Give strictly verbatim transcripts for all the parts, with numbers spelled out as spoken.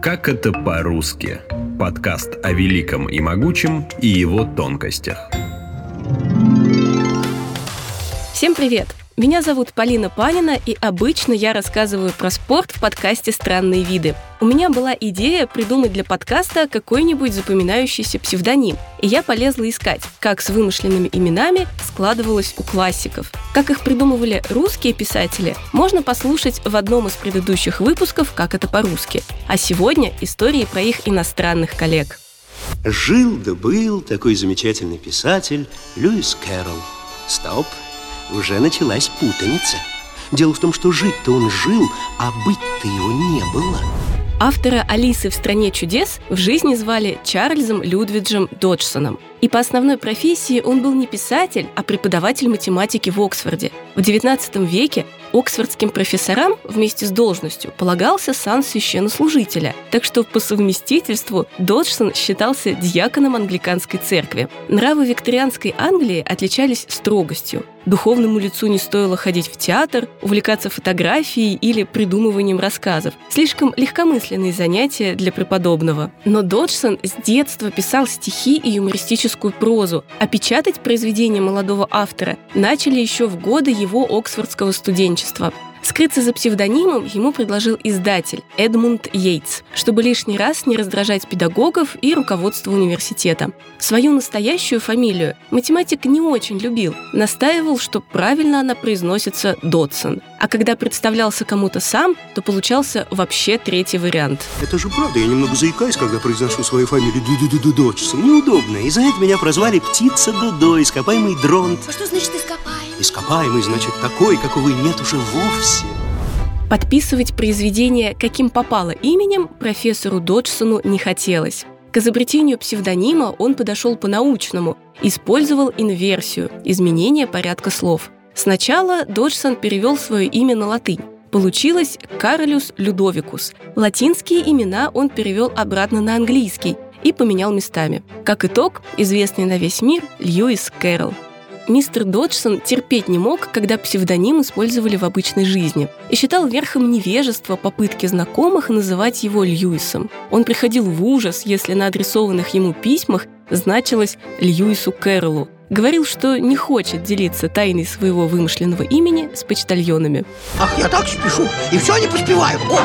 Как это по-русски? Подкаст о великом и могучем и его тонкостях. Всем привет! Меня зовут Полина Панина, и обычно я рассказываю про спорт в подкасте «Странные виды». У меня была идея придумать для подкаста какой-нибудь запоминающийся псевдоним, и я полезла искать, как с вымышленными именами складывалось у классиков. Как их придумывали русские писатели, можно послушать в одном из предыдущих выпусков «Как это по-русски». А сегодня истории про их иностранных коллег. Жил да был такой замечательный писатель Льюис Кэрролл. Стоп! Уже началась путаница. Дело в том, что жить-то он жил, а быть-то его не было. Автора «Алисы в стране чудес» в жизни звали Чарльзом Людвиджем Доджсоном. И по основной профессии он был не писатель, а преподаватель математики в Оксфорде. В девятнадцатом веке оксфордским профессорам вместе с должностью полагался сан священнослужителя, так что по совместительству Доджсон считался диаконом англиканской церкви. Нравы викторианской Англии отличались строгостью. Духовному лицу не стоило ходить в театр, увлекаться фотографией или придумыванием рассказов. Слишком легкомысленные занятия для преподобного. Но Доджсон с детства писал стихи и юмористическую прозу, а печатать произведения молодого автора начали еще в годы его оксфордского студенчества. Скрыться за псевдонимом ему предложил издатель Эдмунд Йейтс, чтобы лишний раз не раздражать педагогов и руководство университета. Свою настоящую фамилию математик не очень любил, настаивал, что правильно она произносится Додсон. А когда представлялся кому-то сам, то получался вообще третий вариант. Это же правда, я немного заикаюсь, когда произношу свою фамилию Доджсон. Неудобно, и за это меня прозвали Птица Дудо, ископаемый дронт. А что значит ископаемый? Ископаемый, значит, такой, какого и нет уже вовсе. Подписывать произведение каким попало именем профессору Доджсону не хотелось. К изобретению псевдонима он подошел по-научному, использовал инверсию, изменение порядка слов. Сначала Доджсон перевел свое имя на латынь. Получилось Каролюс Людовикус. Латинские имена он перевел обратно на английский и поменял местами. Как итог, известный на весь мир Льюис Кэрролл. Мистер Доджсон терпеть не мог, когда псевдоним использовали в обычной жизни, и считал верхом невежества попытки знакомых называть его Льюисом. Он приходил в ужас, если на адресованных ему письмах значилось «Льюису Кэрроллу». Говорил, что не хочет делиться тайной своего вымышленного имени с почтальонами. Ах, я так спешу, и все не поспеваю. О!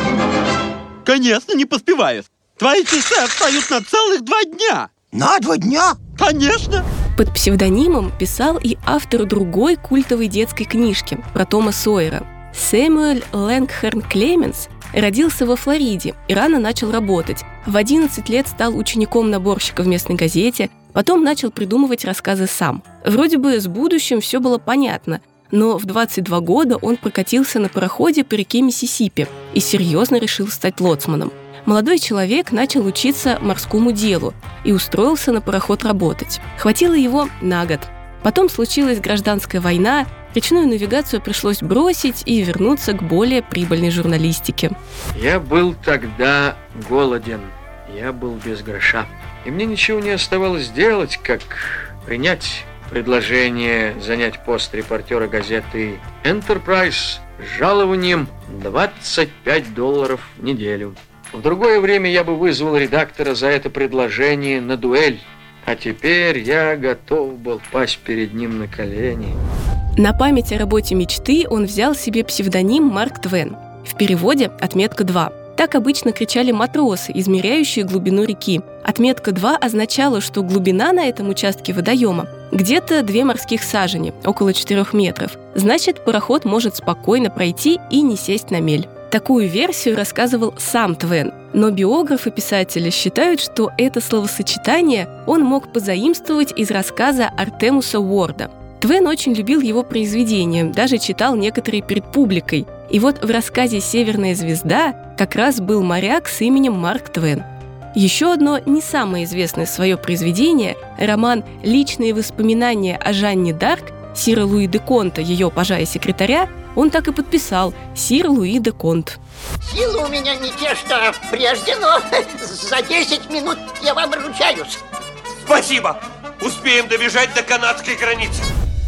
Конечно, не поспеваешь. Твои часы отстают на целых два дня. На два дня? Конечно. Под псевдонимом писал и автор другой культовой детской книжки про Тома Сойера. Сэмюэль Лэнгхорн Клеменс родился во Флориде и рано начал работать. В одиннадцать лет стал учеником наборщика в местной газете, потом начал придумывать рассказы сам. Вроде бы с будущим все было понятно, но в двадцать два года он прокатился на пароходе по реке Миссисипи и серьезно решил стать лоцманом. Молодой человек начал учиться морскому делу и устроился на пароход работать. Хватило его на год. Потом случилась гражданская война, речную навигацию пришлось бросить и вернуться к более прибыльной журналистике. Я был тогда голоден, я был без гроша. И мне ничего не оставалось делать, как принять предложение занять пост репортера газеты «Энтерпрайз» с жалованием двадцать пять долларов в неделю. В другое время я бы вызвал редактора за это предложение на дуэль, а теперь я готов был пасть перед ним на колени. На память о работе мечты он взял себе псевдоним Марк Твен. В переводе «Отметка два». Так обычно кричали матросы, измеряющие глубину реки. Отметка два означала, что глубина на этом участке водоема где-то две морских сажени, около четырех метров. Значит, пароход может спокойно пройти и не сесть на мель. Такую версию рассказывал сам Твен, но биографы писателя считают, что это словосочетание он мог позаимствовать из рассказа Артемуса Уорда. Твен очень любил его произведения, даже читал некоторые перед публикой. И вот в рассказе «Северная звезда» как раз был моряк с именем Марк Твен. Еще одно не самое известное свое произведение – роман «Личные воспоминания о Жанне Дарк» Сира Луи де Конта, ее пажа и секретаря, он так и подписал «Сир Луи де Конт». Силы у меня не те, что прежде, но за десять минут я вам ручаюсь. Спасибо! Успеем добежать до канадской границы.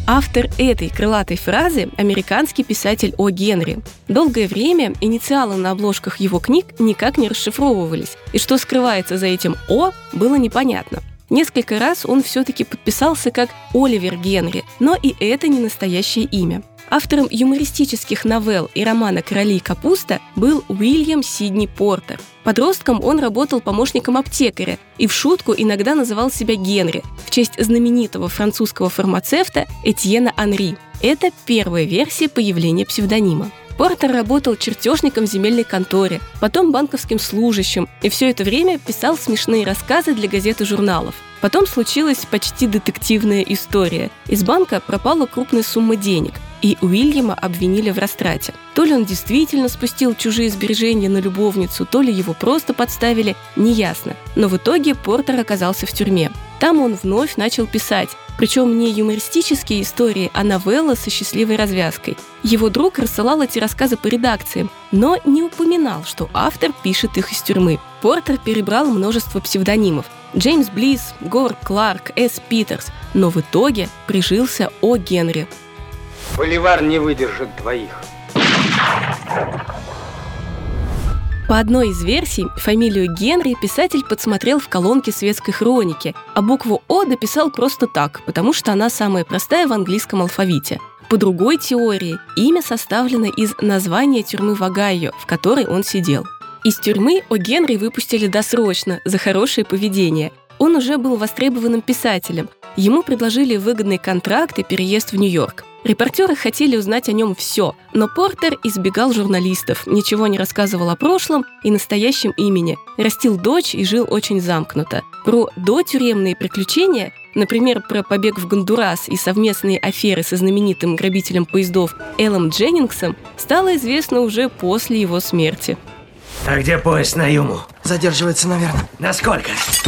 Автор этой крылатой фразы – американский писатель О. Генри. Долгое время инициалы на обложках его книг никак не расшифровывались, и что скрывается за этим «О» было непонятно. Несколько раз он все-таки подписался как Оливер Генри, но и это не настоящее имя. Автором юмористических новелл и романа «Короли и капуста» был Уильям Сидни Портер. Подростком он работал помощником аптекаря и в шутку иногда называл себя Генри в честь знаменитого французского фармацевта Этьена Анри. Это первая версия появления псевдонима. Портер работал чертежником в земельной конторе, потом банковским служащим, и все это время писал смешные рассказы для газет и журналов. Потом случилась почти детективная история. Из банка пропала крупная сумма денег, и Уильяма обвинили в растрате. То ли он действительно спустил чужие сбережения на любовницу, то ли его просто подставили, неясно. Но в итоге Портер оказался в тюрьме. Там он вновь начал писать, причем не юмористические истории, а новеллы со счастливой развязкой. Его друг рассылал эти рассказы по редакциям, но не упоминал, что автор пишет их из тюрьмы. Портер перебрал множество псевдонимов – Джеймс Блисс, Говард Кларк, С. Питерс, но в итоге прижился О. Генри. Боливар не выдержит двоих. По одной из версий, фамилию Генри писатель подсмотрел в колонке светской хроники, а букву «О» дописал просто так, потому что она самая простая в английском алфавите. По другой теории, имя составлено из названия тюрьмы в Огайо, в которой он сидел. Из тюрьмы О. Генри выпустили досрочно, за хорошее поведение. Он уже был востребованным писателем. Ему предложили выгодный контракт и переезд в Нью-Йорк. Репортеры хотели узнать о нем все, но Портер избегал журналистов, ничего не рассказывал о прошлом и настоящем имени, растил дочь и жил очень замкнуто. Про дотюремные приключения, например, про побег в Гондурас и совместные аферы со знаменитым грабителем поездов Эллом Дженнингсом, стало известно уже после его смерти. А где поезд на Юму? Задерживается, наверное. Насколько?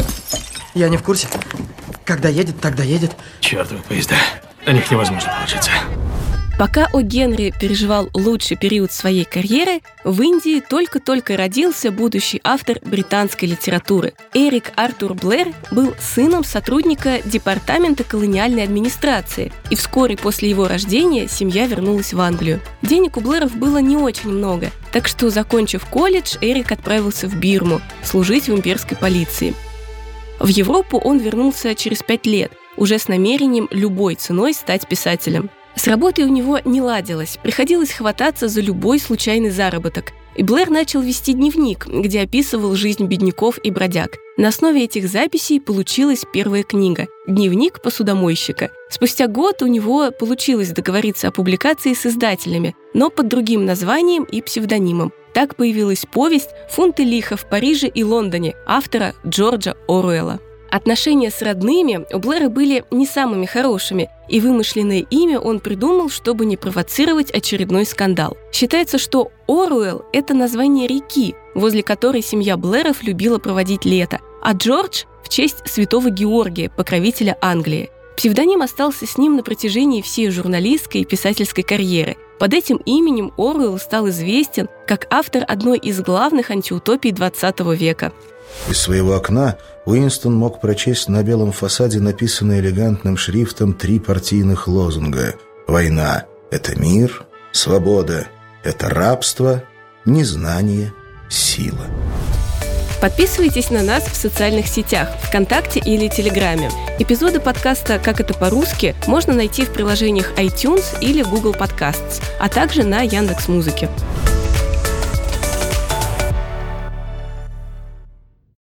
Я не в курсе. Когда едет, тогда едет. Чёртовы поезда. На них невозможно положиться. Пока О. Генри переживал лучший период своей карьеры, в Индии только-только родился будущий автор британской литературы. Эрик Артур Блэр был сыном сотрудника Департамента колониальной администрации, и вскоре после его рождения семья вернулась в Англию. Денег у Блэров было не очень много, так что, закончив колледж, Эрик отправился в Бирму служить в имперской полиции. В Европу он вернулся через пять лет, уже с намерением любой ценой стать писателем. С работой у него не ладилось, приходилось хвататься за любой случайный заработок. И Блэр начал вести дневник, где описывал жизнь бедняков и бродяг. На основе этих записей получилась первая книга «Дневник посудомойщика». Спустя год у него получилось договориться о публикации с издателями, но под другим названием и псевдонимом. Так появилась повесть «Фунты лиха в Париже и Лондоне» автора Джорджа Оруэлла. Отношения с родными у Блэра были не самыми хорошими, и вымышленное имя он придумал, чтобы не провоцировать очередной скандал. Считается, что Оруэлл – это название реки, возле которой семья Блэров любила проводить лето, а Джордж – в честь святого Георгия, покровителя Англии. Псевдоним остался с ним на протяжении всей журналистской и писательской карьеры. Под этим именем Оруэлл стал известен как автор одной из главных антиутопий двадцатого века. Из своего окна Уинстон мог прочесть на белом фасаде написанные элегантным шрифтом три партийных лозунга: «Война – это мир», «Свобода – это рабство», «Незнание – сила». Подписывайтесь на нас в социальных сетях, ВКонтакте или Телеграме. Эпизоды подкаста «Как это по-русски» можно найти в приложениях iTunes или Google Podcasts, а также на Яндекс.Музыке.